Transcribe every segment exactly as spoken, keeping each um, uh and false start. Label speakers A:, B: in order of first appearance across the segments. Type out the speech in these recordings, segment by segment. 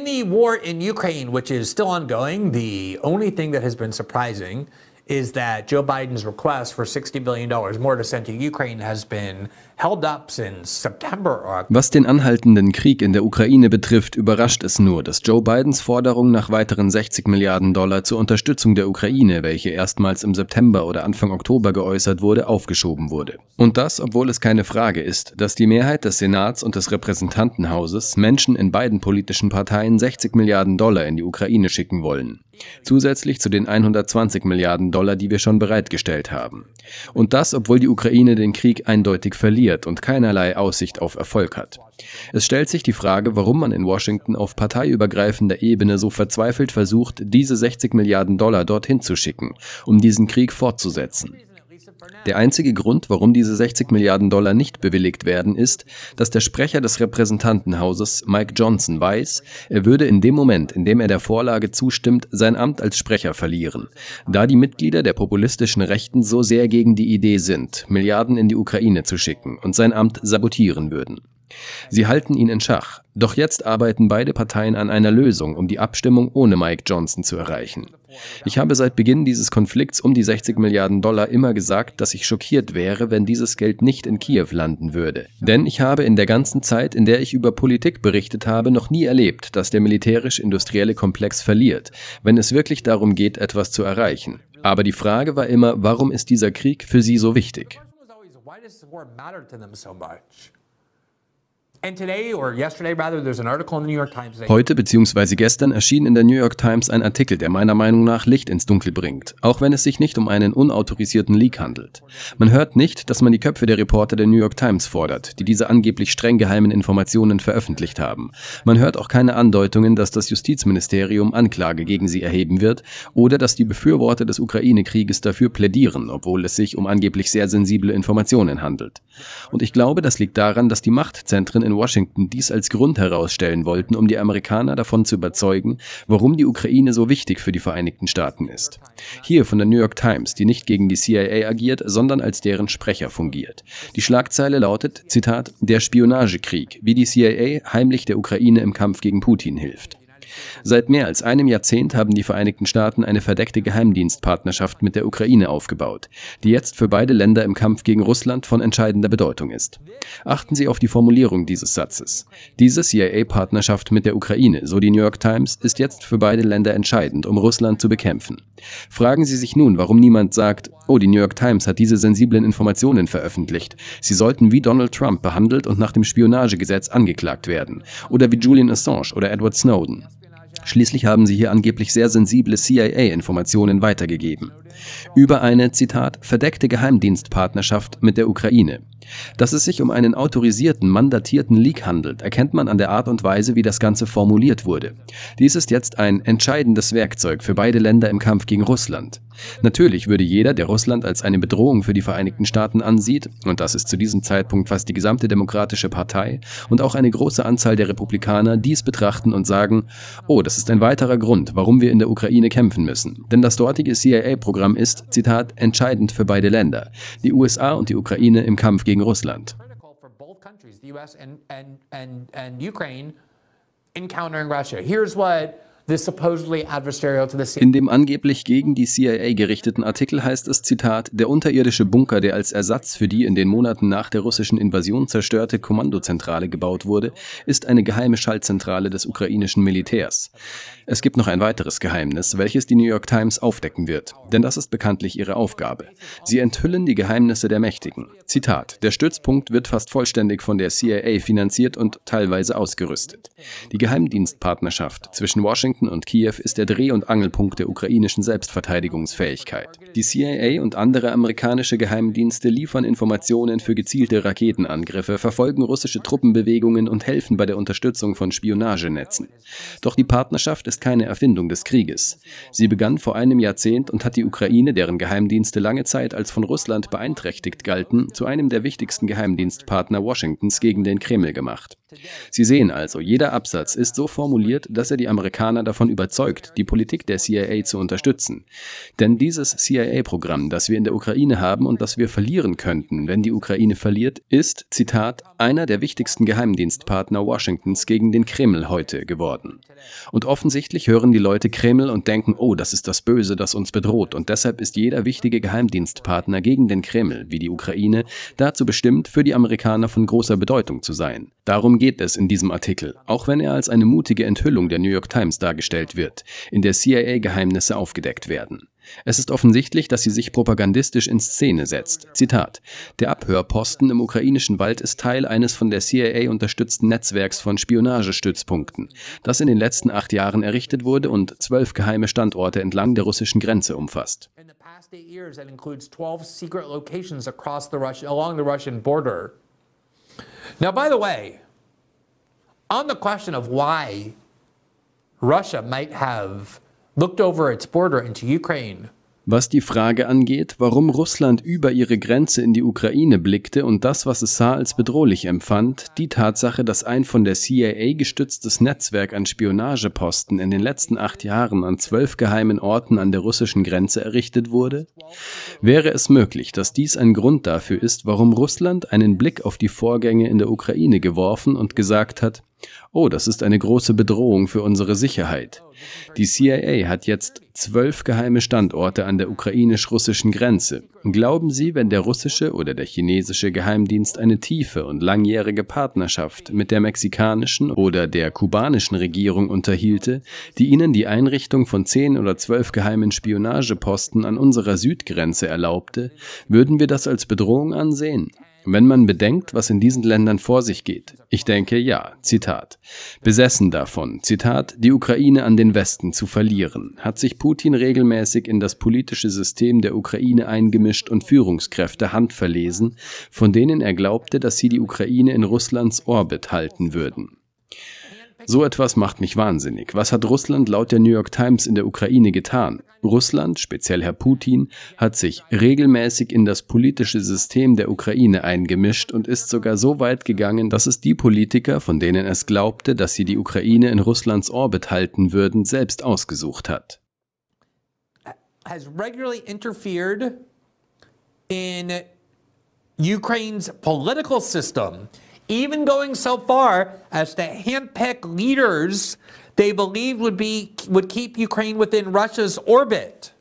A: in the war in Ukraine, which is still ongoing, the only thing that has been surprising is that Joe Biden's request for sixty billion dollars more to send to Ukraine has been held up since September.
B: Was den anhaltenden Krieg in der Ukraine betrifft, überrascht es nur, dass Joe Bidens Forderung nach weiteren sechzig Milliarden Dollar zur Unterstützung der Ukraine, welche erstmals im September oder Anfang Oktober geäußert wurde, aufgeschoben wurde. Und das, obwohl es keine Frage ist, dass die Mehrheit des Senats und des Repräsentantenhauses Menschen in beiden politischen Parteien sechzig Milliarden Dollar in die Ukraine schicken wollen. Zusätzlich zu den hundertzwanzig Milliarden Dollar, die wir schon bereitgestellt haben. Und das, obwohl die Ukraine den Krieg eindeutig verliert und keinerlei Aussicht auf Erfolg hat. Es stellt sich die Frage, warum man in Washington auf parteiübergreifender Ebene so verzweifelt versucht, diese sechzig Milliarden Dollar dorthin zu schicken, um diesen Krieg fortzusetzen. Der einzige Grund, warum diese sechzig Milliarden Dollar nicht bewilligt werden, ist, dass der Sprecher des Repräsentantenhauses, Mike Johnson, weiß, er würde in dem Moment, in dem er der Vorlage zustimmt, sein Amt als Sprecher verlieren, da die Mitglieder der populistischen Rechten so sehr gegen die Idee sind, Milliarden in die Ukraine zu schicken und sein Amt sabotieren würden. Sie halten ihn in Schach, doch jetzt arbeiten beide Parteien an einer Lösung, um die Abstimmung ohne Mike Johnson zu erreichen. Ich habe seit Beginn dieses Konflikts um die sechzig Milliarden Dollar immer gesagt, dass ich schockiert wäre, wenn dieses Geld nicht in Kiew landen würde. Denn ich habe in der ganzen Zeit, in der ich über Politik berichtet habe, noch nie erlebt, dass der militärisch-industrielle Komplex verliert, wenn es wirklich darum geht, etwas zu erreichen. Aber die Frage war immer, warum ist dieser Krieg für sie so wichtig? Heute bzw. gestern erschien in der New York Times ein Artikel, der meiner Meinung nach Licht ins Dunkel bringt, auch wenn es sich nicht um einen unautorisierten Leak handelt. Man hört nicht, dass man die Köpfe der Reporter der New York Times fordert, die diese angeblich streng geheimen Informationen veröffentlicht haben. Man hört auch keine Andeutungen, dass das Justizministerium Anklage gegen sie erheben wird oder dass die Befürworter des Ukraine-Krieges dafür plädieren, obwohl es sich um angeblich sehr sensible Informationen handelt. Und ich glaube, das liegt daran, dass die Machtzentren in in Washington dies als Grund herausstellen wollten, um die Amerikaner davon zu überzeugen, warum die Ukraine so wichtig für die Vereinigten Staaten ist. Hier von der New York Times, die nicht gegen die C I A agiert, sondern als deren Sprecher fungiert. Die Schlagzeile lautet, Zitat, der Spionagekrieg, wie die C I A heimlich der Ukraine im Kampf gegen Putin hilft. Seit mehr als einem Jahrzehnt haben die Vereinigten Staaten eine verdeckte Geheimdienstpartnerschaft mit der Ukraine aufgebaut, die jetzt für beide Länder im Kampf gegen Russland von entscheidender Bedeutung ist. Achten Sie auf die Formulierung dieses Satzes. Diese C I A-Partnerschaft mit der Ukraine, so die New York Times, ist jetzt für beide Länder entscheidend, um Russland zu bekämpfen. Fragen Sie sich nun, warum niemand sagt, oh, die New York Times hat diese sensiblen Informationen veröffentlicht. Sie sollten wie Donald Trump behandelt und nach dem Spionagegesetz angeklagt werden. Oder wie Julian Assange oder Edward Snowden. Schließlich haben sie hier angeblich sehr sensible C I A-Informationen weitergegeben. Über eine, Zitat, verdeckte Geheimdienstpartnerschaft mit der Ukraine. Dass es sich um einen autorisierten, mandatierten Leak handelt, erkennt man an der Art und Weise, wie das Ganze formuliert wurde. Dies ist jetzt ein entscheidendes Werkzeug für beide Länder im Kampf gegen Russland. Natürlich würde jeder, der Russland als eine Bedrohung für die Vereinigten Staaten ansieht, und das ist zu diesem Zeitpunkt fast die gesamte Demokratische Partei und auch eine große Anzahl der Republikaner, dies betrachten und sagen, oh, das ist ein weiterer Grund, warum wir in der Ukraine kämpfen müssen. Denn das dortige C I A-Programm ist, Zitat, entscheidend für beide Länder, die U S A und die Ukraine im Kampf gegen Russland. In dem angeblich gegen die C I A gerichteten Artikel heißt es, Zitat, der unterirdische Bunker, der als Ersatz für die in den Monaten nach der russischen Invasion zerstörte Kommandozentrale gebaut wurde, ist eine geheime Schaltzentrale des ukrainischen Militärs. Es gibt noch ein weiteres Geheimnis, welches die New York Times aufdecken wird, denn das ist bekanntlich ihre Aufgabe. Sie enthüllen die Geheimnisse der Mächtigen. Zitat, der Stützpunkt wird fast vollständig von der C I A finanziert und teilweise ausgerüstet. Die Geheimdienstpartnerschaft zwischen Washington und Kiew ist der Dreh- und Angelpunkt der ukrainischen Selbstverteidigungsfähigkeit. Die C I A und andere amerikanische Geheimdienste liefern Informationen für gezielte Raketenangriffe, verfolgen russische Truppenbewegungen und helfen bei der Unterstützung von Spionagenetzen. Doch die Partnerschaft ist keine Erfindung des Krieges. Sie begann vor einem Jahrzehnt und hat die Ukraine, deren Geheimdienste lange Zeit als von Russland beeinträchtigt galten, zu einem der wichtigsten Geheimdienstpartner Washingtons gegen den Kreml gemacht. Sie sehen also, jeder Absatz ist so formuliert, dass er die Amerikaner davon überzeugt, die Politik der C I A zu unterstützen. Denn dieses C I A-Programm, das wir in der Ukraine haben und das wir verlieren könnten, wenn die Ukraine verliert, ist, Zitat, einer der wichtigsten Geheimdienstpartner Washingtons gegen den Kreml heute geworden. Und offensichtlich hören die Leute Kreml und denken, oh, das ist das Böse, das uns bedroht. Und deshalb ist jeder wichtige Geheimdienstpartner gegen den Kreml, wie die Ukraine, dazu bestimmt, für die Amerikaner von großer Bedeutung zu sein. Darum geht es in diesem Artikel, auch wenn er als eine mutige Enthüllung der New York Times dargestellt wird, in der C I A-Geheimnisse aufgedeckt werden. Es ist offensichtlich, dass sie sich propagandistisch in Szene setzt. Zitat: Der Abhörposten im ukrainischen Wald ist Teil eines von der C I A unterstützten Netzwerks von Spionagestützpunkten, das in den letzten acht Jahren errichtet wurde und zwölf geheime Standorte entlang der russischen Grenze umfasst.
A: Now, by the way, on the question of why Russia might have looked over its border into Ukraine.
B: Was die Frage angeht, warum Russland über ihre Grenze in die Ukraine blickte und das, was es sah, als bedrohlich empfand, die Tatsache, dass ein von der C I A gestütztes Netzwerk an Spionageposten in den letzten acht Jahren an zwölf geheimen Orten an der russischen Grenze errichtet wurde? Wäre es möglich, dass dies ein Grund dafür ist, warum Russland einen Blick auf die Vorgänge in der Ukraine geworfen und gesagt hat, oh, das ist eine große Bedrohung für unsere Sicherheit. Die C I A hat jetzt zwölf geheime Standorte an der ukrainisch-russischen Grenze. Glauben Sie, wenn der russische oder der chinesische Geheimdienst eine tiefe und langjährige Partnerschaft mit der mexikanischen oder der kubanischen Regierung unterhielte, die ihnen die Einrichtung von zehn oder zwölf geheimen Spionageposten an unserer Südgrenze erlaubte, würden wir das als Bedrohung ansehen? Wenn man bedenkt, was in diesen Ländern vor sich geht. Ich denke, ja, Zitat. Besessen davon, Zitat, die Ukraine an den Westen zu verlieren, hat sich Putin regelmäßig in das politische System der Ukraine eingemischt und Führungskräfte handverlesen, von denen er glaubte, dass sie die Ukraine in Russlands Orbit halten würden. So etwas macht mich wahnsinnig. Was hat Russland laut der New York Times in der Ukraine getan? Russland, speziell Herr Putin, hat sich regelmäßig in das politische System der Ukraine eingemischt und ist sogar so weit gegangen, dass es die Politiker, von denen es glaubte, dass sie die Ukraine in Russlands Orbit halten würden, selbst ausgesucht hat.
A: Has regularly interfered in Ukraine's political system. Even going so far as to handpick leaders they believe would be would keep Ukraine within Russia's orbit.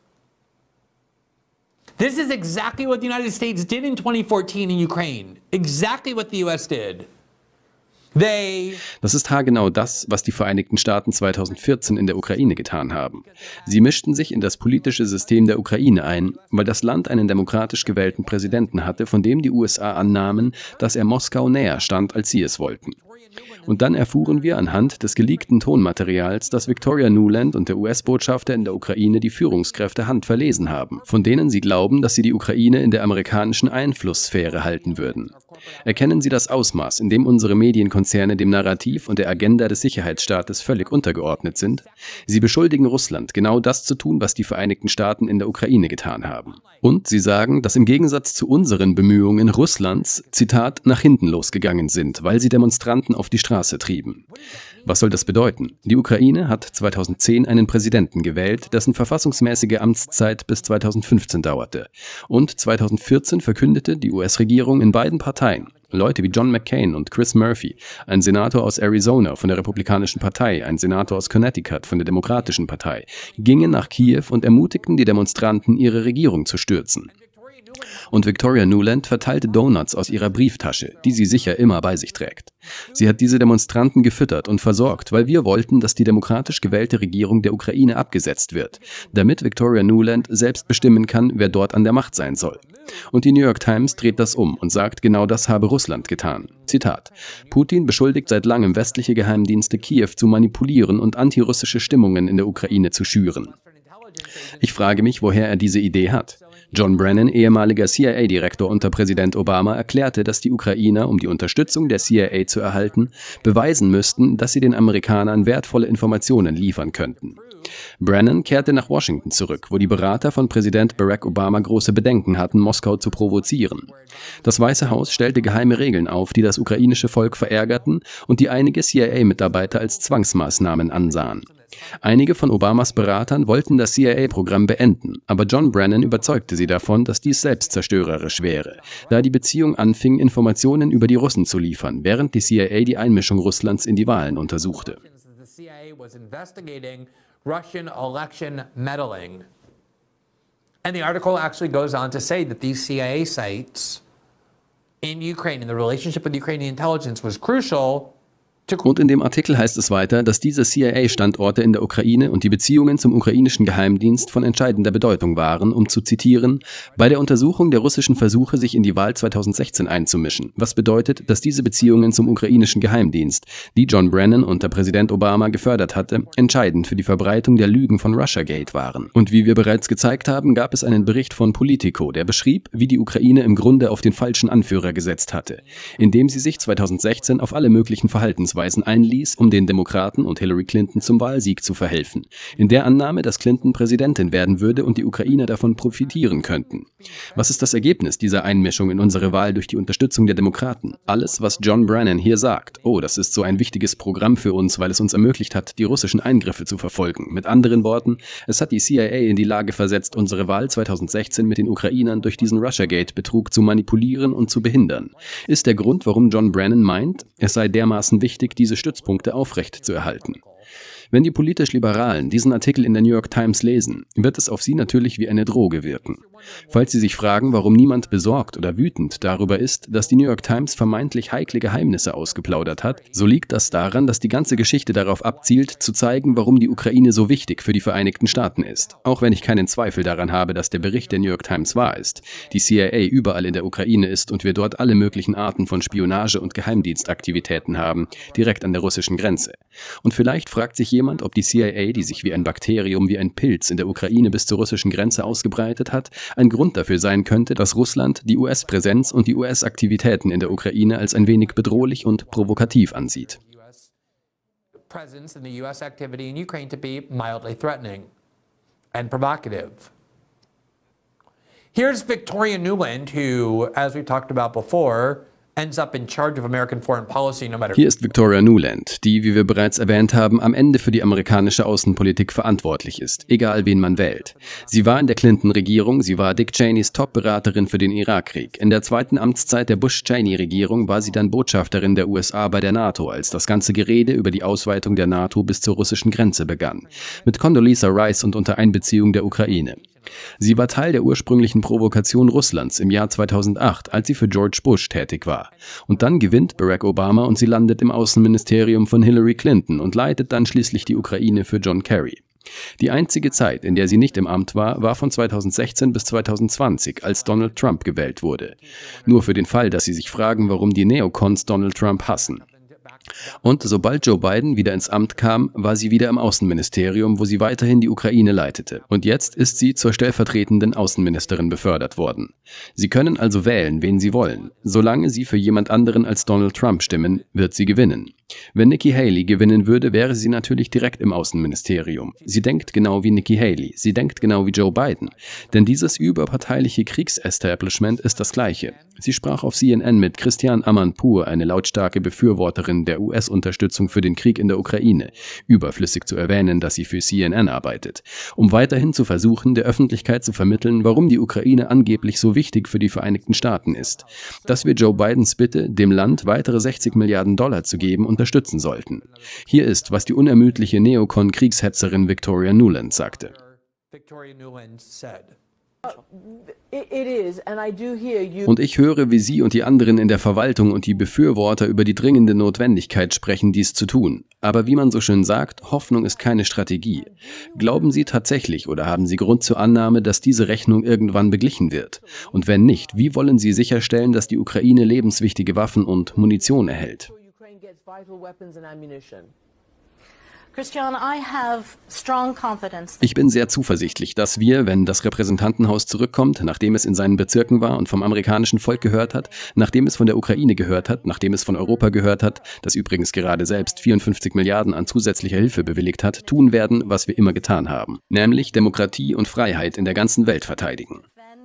A: This is exactly what the United States did in twenty fourteen in Ukraine. Exactly what the U S did. They
B: Das ist haargenau das, was die Vereinigten Staaten zweitausendvierzehn in der Ukraine getan haben. Sie mischten sich in das politische System der Ukraine ein, weil das Land einen demokratisch gewählten Präsidenten hatte, von dem die U S A annahmen, dass er Moskau näher stand, als sie es wollten. Und dann erfuhren wir anhand des geleakten Tonmaterials, dass Victoria Nuland und der U S-Botschafter in der Ukraine die Führungskräfte handverlesen haben, von denen sie glauben, dass sie die Ukraine in der amerikanischen Einflusssphäre halten würden. Erkennen Sie das Ausmaß, in dem unsere Medienkonzerne dem Narrativ und der Agenda des Sicherheitsstaates völlig untergeordnet sind? Sie beschuldigen Russland, genau das zu tun, was die Vereinigten Staaten in der Ukraine getan haben. Und sie sagen, dass im Gegensatz zu unseren Bemühungen Russlands, Zitat, nach hinten losgegangen sind, weil sie Demonstranten auf die Straße trieben. Was soll das bedeuten? Die Ukraine hat zweitausendzehn einen Präsidenten gewählt, dessen verfassungsmäßige Amtszeit bis zweitausendfünfzehn dauerte. Und zweitausendvierzehn verkündete die U S-Regierung in beiden Parteien, Leute wie John McCain und Chris Murphy, ein Senator aus Arizona von der Republikanischen Partei, ein Senator aus Connecticut von der Demokratischen Partei, gingen nach Kiew und ermutigten die Demonstranten, ihre Regierung zu stürzen. Und Victoria Nuland verteilte Donuts aus ihrer Brieftasche, die sie sicher immer bei sich trägt. Sie hat diese Demonstranten gefüttert und versorgt, weil wir wollten, dass die demokratisch gewählte Regierung der Ukraine abgesetzt wird, damit Victoria Nuland selbst bestimmen kann, wer dort an der Macht sein soll. Und die New York Times dreht das um und sagt, genau das habe Russland getan. Zitat: Putin beschuldigt seit langem westliche Geheimdienste, Kiew zu manipulieren und antirussische Stimmungen in der Ukraine zu schüren. Ich frage mich, woher er diese Idee hat. John Brennan, ehemaliger C I A-Direktor unter Präsident Obama, erklärte, dass die Ukrainer, um die Unterstützung der C I A zu erhalten, beweisen müssten, dass sie den Amerikanern wertvolle Informationen liefern könnten. Brennan kehrte nach Washington zurück, wo die Berater von Präsident Barack Obama große Bedenken hatten, Moskau zu provozieren. Das Weiße Haus stellte geheime Regeln auf, die das ukrainische Volk verärgerten und die einige C I A-Mitarbeiter als Zwangsmaßnahmen ansahen. Einige von Obamas Beratern wollten das C I A-Programm beenden, aber John Brennan überzeugte sie davon, dass dies selbstzerstörerisch wäre, da die Beziehung anfing, Informationen über die Russen zu liefern, während die C I A die Einmischung Russlands in die Wahlen untersuchte.
A: Russian election meddling. And the article actually goes on to say that these C I A sites in Ukraine and the relationship with Ukrainian intelligence was crucial.
B: Und in dem Artikel heißt es weiter, dass diese C I A-Standorte in der Ukraine und die Beziehungen zum ukrainischen Geheimdienst von entscheidender Bedeutung waren, um zu zitieren, bei der Untersuchung der russischen Versuche, sich in die Wahl zweitausendsechzehn einzumischen, was bedeutet, dass diese Beziehungen zum ukrainischen Geheimdienst, die John Brennan unter Präsident Obama gefördert hatte, entscheidend für die Verbreitung der Lügen von Russiagate waren. Und wie wir bereits gezeigt haben, gab es einen Bericht von Politico, der beschrieb, wie die Ukraine im Grunde auf den falschen Anführer gesetzt hatte, indem sie sich zweitausendsechzehn auf alle möglichen Verhaltensweisen einließ, um den Demokraten und Hillary Clinton zum Wahlsieg zu verhelfen, in der Annahme, dass Clinton Präsidentin werden würde und die Ukrainer davon profitieren könnten. Was ist das Ergebnis dieser Einmischung in unsere Wahl durch die Unterstützung der Demokraten? Alles, was John Brennan hier sagt, oh, das ist so ein wichtiges Programm für uns, weil es uns ermöglicht hat, die russischen Eingriffe zu verfolgen. Mit anderen Worten, es hat die C I A in die Lage versetzt, unsere Wahl zweitausendsechzehn mit den Ukrainern durch diesen Russiagate-Betrug zu manipulieren und zu behindern. Ist der Grund, warum John Brennan meint, es sei dermaßen wichtig, diese Stützpunkte aufrecht zu erhalten. Wenn die politisch Liberalen diesen Artikel in der New York Times lesen, wird es auf sie natürlich wie eine Droge wirken. Falls Sie sich fragen, warum niemand besorgt oder wütend darüber ist, dass die New York Times vermeintlich heikle Geheimnisse ausgeplaudert hat, so liegt das daran, dass die ganze Geschichte darauf abzielt, zu zeigen, warum die Ukraine so wichtig für die Vereinigten Staaten ist. Auch wenn ich keinen Zweifel daran habe, dass der Bericht der New York Times wahr ist, die C I A überall in der Ukraine ist und wir dort alle möglichen Arten von Spionage- und Geheimdienstaktivitäten haben, direkt an der russischen Grenze. Und vielleicht fragt sich jemand, ob die C I A, die sich wie ein Bakterium, wie ein Pilz in der Ukraine bis zur russischen Grenze ausgebreitet hat, ein Grund dafür sein könnte, dass Russland die U S-Präsenz und die U S-Aktivitäten in der Ukraine als ein wenig bedrohlich und provokativ ansieht.
A: Presence in the U S activity in Ukraine to be mildly threatening and provocative. Here's Victoria Nuland, who, as we talked about before, ends up in charge of American foreign policy no matter.
B: Hier ist Victoria Nuland, die, wie wir bereits erwähnt haben, am Ende für die amerikanische Außenpolitik verantwortlich ist, egal wen man wählt. Sie war in der Clinton-Regierung, sie war Dick Cheneys Top-Beraterin für den Irakkrieg. In der zweiten Amtszeit der Bush-Cheney-Regierung war sie dann Botschafterin der U S A bei der NATO, als das ganze Gerede über die Ausweitung der NATO bis zur russischen Grenze begann. Mit Condoleezza Rice und unter Einbeziehung der Ukraine. Sie war Teil der ursprünglichen Provokation Russlands im Jahr zweitausendacht, als sie für George Bush tätig war. Und dann gewinnt Barack Obama und sie landet im Außenministerium von Hillary Clinton und leitet dann schließlich die Ukraine für John Kerry. Die einzige Zeit, in der sie nicht im Amt war, war von zweitausendsechzehn bis zweitausendzwanzig, als Donald Trump gewählt wurde. Nur für den Fall, dass Sie sich fragen, warum die Neocons Donald Trump hassen. Und sobald Joe Biden wieder ins Amt kam, war sie wieder im Außenministerium, wo sie weiterhin die Ukraine leitete. Und jetzt ist sie zur stellvertretenden Außenministerin befördert worden. Sie können also wählen, wen sie wollen. Solange sie für jemand anderen als Donald Trump stimmen, wird sie gewinnen. Wenn Nikki Haley gewinnen würde, wäre sie natürlich direkt im Außenministerium. Sie denkt genau wie Nikki Haley. Sie denkt genau wie Joe Biden. Denn dieses überparteiliche Kriegsestablishment ist das gleiche. Sie sprach auf C N N mit Christiane Amanpour, eine lautstarke Befürworterin der U S-Unterstützung für den Krieg in der Ukraine, überflüssig zu erwähnen, dass sie für C N N arbeitet, um weiterhin zu versuchen, der Öffentlichkeit zu vermitteln, warum die Ukraine angeblich so wichtig für die Vereinigten Staaten ist, dass wir Joe Bidens Bitte, dem Land weitere sechzig Milliarden Dollar zu geben, unterstützen sollten. Hier ist, was die unermüdliche Neokon-Kriegshetzerin Victoria Nuland sagte.
A: Victoria Nuland said.
B: Und ich höre, wie Sie und die anderen in der Verwaltung und die Befürworter über die dringende Notwendigkeit sprechen, dies zu tun. Aber wie man so schön sagt, Hoffnung ist keine Strategie. Glauben Sie tatsächlich oder haben Sie Grund zur Annahme, dass diese Rechnung irgendwann beglichen wird? Und wenn nicht, wie wollen Sie sicherstellen, dass die Ukraine lebenswichtige Waffen und Munition erhält? Ich bin sehr zuversichtlich, dass wir, wenn das Repräsentantenhaus zurückkommt, nachdem es in seinen Bezirken war und vom amerikanischen Volk gehört hat, nachdem es von der Ukraine gehört hat, nachdem es von Europa gehört hat, das übrigens gerade selbst vierundfünfzig Milliarden an zusätzlicher Hilfe bewilligt hat, tun werden, was wir immer getan haben, nämlich Demokratie und Freiheit in der ganzen Welt verteidigen.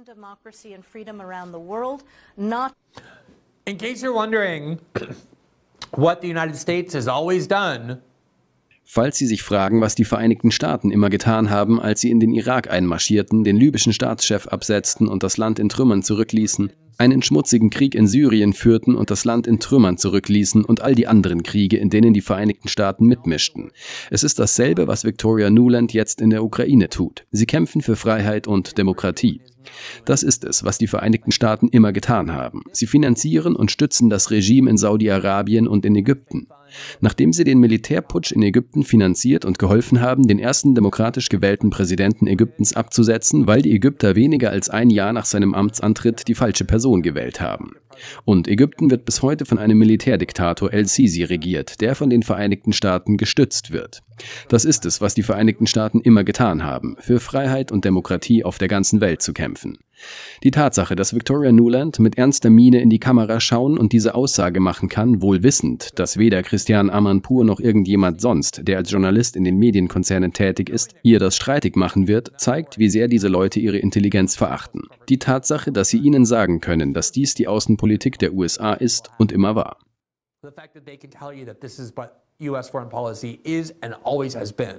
A: In case you're wondering what the United States has always done,
B: falls Sie sich fragen, was die Vereinigten Staaten immer getan haben, als sie in den Irak einmarschierten, den libyschen Staatschef absetzten und das Land in Trümmern zurückließen, einen schmutzigen Krieg in Syrien führten und das Land in Trümmern zurückließen und all die anderen Kriege, in denen die Vereinigten Staaten mitmischten. Es ist dasselbe, was Victoria Nuland jetzt in der Ukraine tut. Sie kämpfen für Freiheit und Demokratie. Das ist es, was die Vereinigten Staaten immer getan haben. Sie finanzieren und stützen das Regime in Saudi-Arabien und in Ägypten. Nachdem sie den Militärputsch in Ägypten finanziert und geholfen haben, den ersten demokratisch gewählten Präsidenten Ägyptens abzusetzen, weil die Ägypter weniger als ein Jahr nach seinem Amtsantritt die falsche Person gewählt haben. Und Ägypten wird bis heute von einem Militärdiktator El-Sisi regiert, der von den Vereinigten Staaten gestützt wird. Das ist es, was die Vereinigten Staaten immer getan haben, für Freiheit und Demokratie auf der ganzen Welt zu kämpfen. Die Tatsache, dass Victoria Nuland mit ernster Miene in die Kamera schauen und diese Aussage machen kann, wohl wissend, dass weder Christiane Amanpour noch irgendjemand sonst, der als Journalist in den Medienkonzernen tätig ist, ihr das streitig machen wird, zeigt, wie sehr diese Leute ihre Intelligenz verachten. Die Tatsache, dass sie ihnen sagen können, dass dies die Außenpolitik der U S A ist und immer war.
A: the fact that they can tell you that this is what U S foreign policy is and always has been.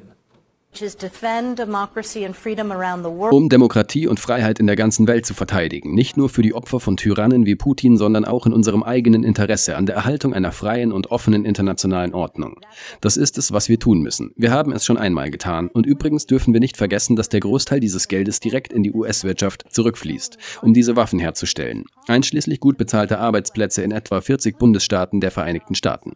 B: Um Demokratie und Freiheit in der ganzen Welt zu verteidigen, nicht nur für die Opfer von Tyrannen wie Putin, sondern auch in unserem eigenen Interesse an der Erhaltung einer freien und offenen internationalen Ordnung. Das ist es, was wir tun müssen. Wir haben es schon einmal getan und übrigens dürfen wir nicht vergessen, dass der Großteil dieses Geldes direkt in die U S-Wirtschaft zurückfließt, um diese Waffen herzustellen, einschließlich gut bezahlter Arbeitsplätze in etwa vierzig Bundesstaaten der Vereinigten Staaten.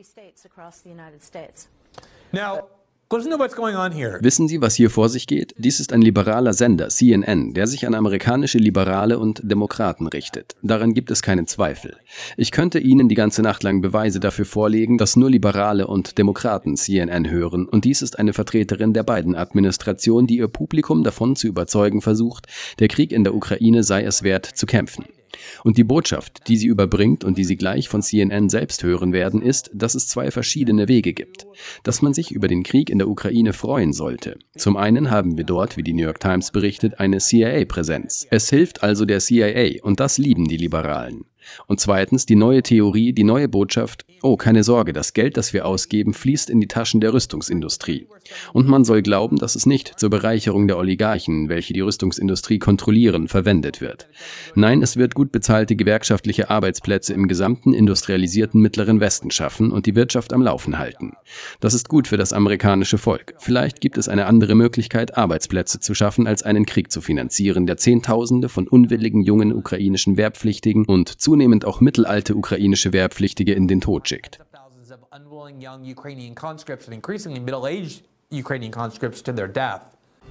A: Now, listen to what's going on here.
B: Wissen Sie, was hier vor sich geht? Dies ist ein liberaler Sender, C N N, der sich an amerikanische Liberale und Demokraten richtet. Daran gibt es keinen Zweifel. Ich könnte Ihnen die ganze Nacht lang Beweise dafür vorlegen, dass nur Liberale und Demokraten C N N hören, und dies ist eine Vertreterin der Biden-Administration, die ihr Publikum davon zu überzeugen versucht, der Krieg in der Ukraine sei es wert, zu kämpfen. Und die Botschaft, die sie überbringt und die Sie gleich von C N N selbst hören werden, ist, dass es zwei verschiedene Wege gibt. Dass man sich über den Krieg in der Ukraine freuen sollte. Zum einen haben wir dort, wie die New York Times berichtet, eine C I A-Präsenz. Es hilft also der C I A und das lieben die Liberalen. Und zweitens die neue Theorie, die neue Botschaft: Oh, keine Sorge, das Geld, das wir ausgeben, fließt in die Taschen der Rüstungsindustrie. Und man soll glauben, dass es nicht zur Bereicherung der Oligarchen, welche die Rüstungsindustrie kontrollieren, verwendet wird. Nein, es wird gut bezahlte gewerkschaftliche Arbeitsplätze im gesamten industrialisierten Mittleren Westen schaffen und die Wirtschaft am Laufen halten. Das ist gut für das amerikanische Volk. Vielleicht gibt es eine andere Möglichkeit, Arbeitsplätze zu schaffen, als einen Krieg zu finanzieren, der Zehntausende von unwilligen jungen ukrainischen Wehrpflichtigen und zunehmend auch mittelalte ukrainische Wehrpflichtige in den Tod schickt.
A: Thousands of unwilling young Ukrainian conscripts and increasingly middle-aged Ukrainian conscripts to their death.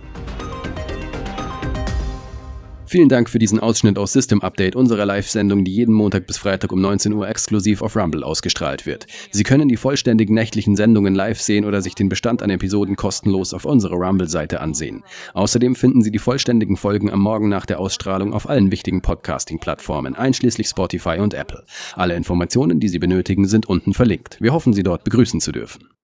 B: Vielen Dank für diesen Ausschnitt aus System Update, unserer Live-Sendung, die jeden Montag bis Freitag um neunzehn Uhr exklusiv auf Rumble ausgestrahlt wird. Sie können die vollständigen nächtlichen Sendungen live sehen oder sich den Bestand an Episoden kostenlos auf unserer Rumble-Seite ansehen. Außerdem finden Sie die vollständigen Folgen am Morgen nach der Ausstrahlung auf allen wichtigen Podcasting-Plattformen, einschließlich Spotify und Apple. Alle Informationen, die Sie benötigen, sind unten verlinkt. Wir hoffen, Sie dort begrüßen zu dürfen.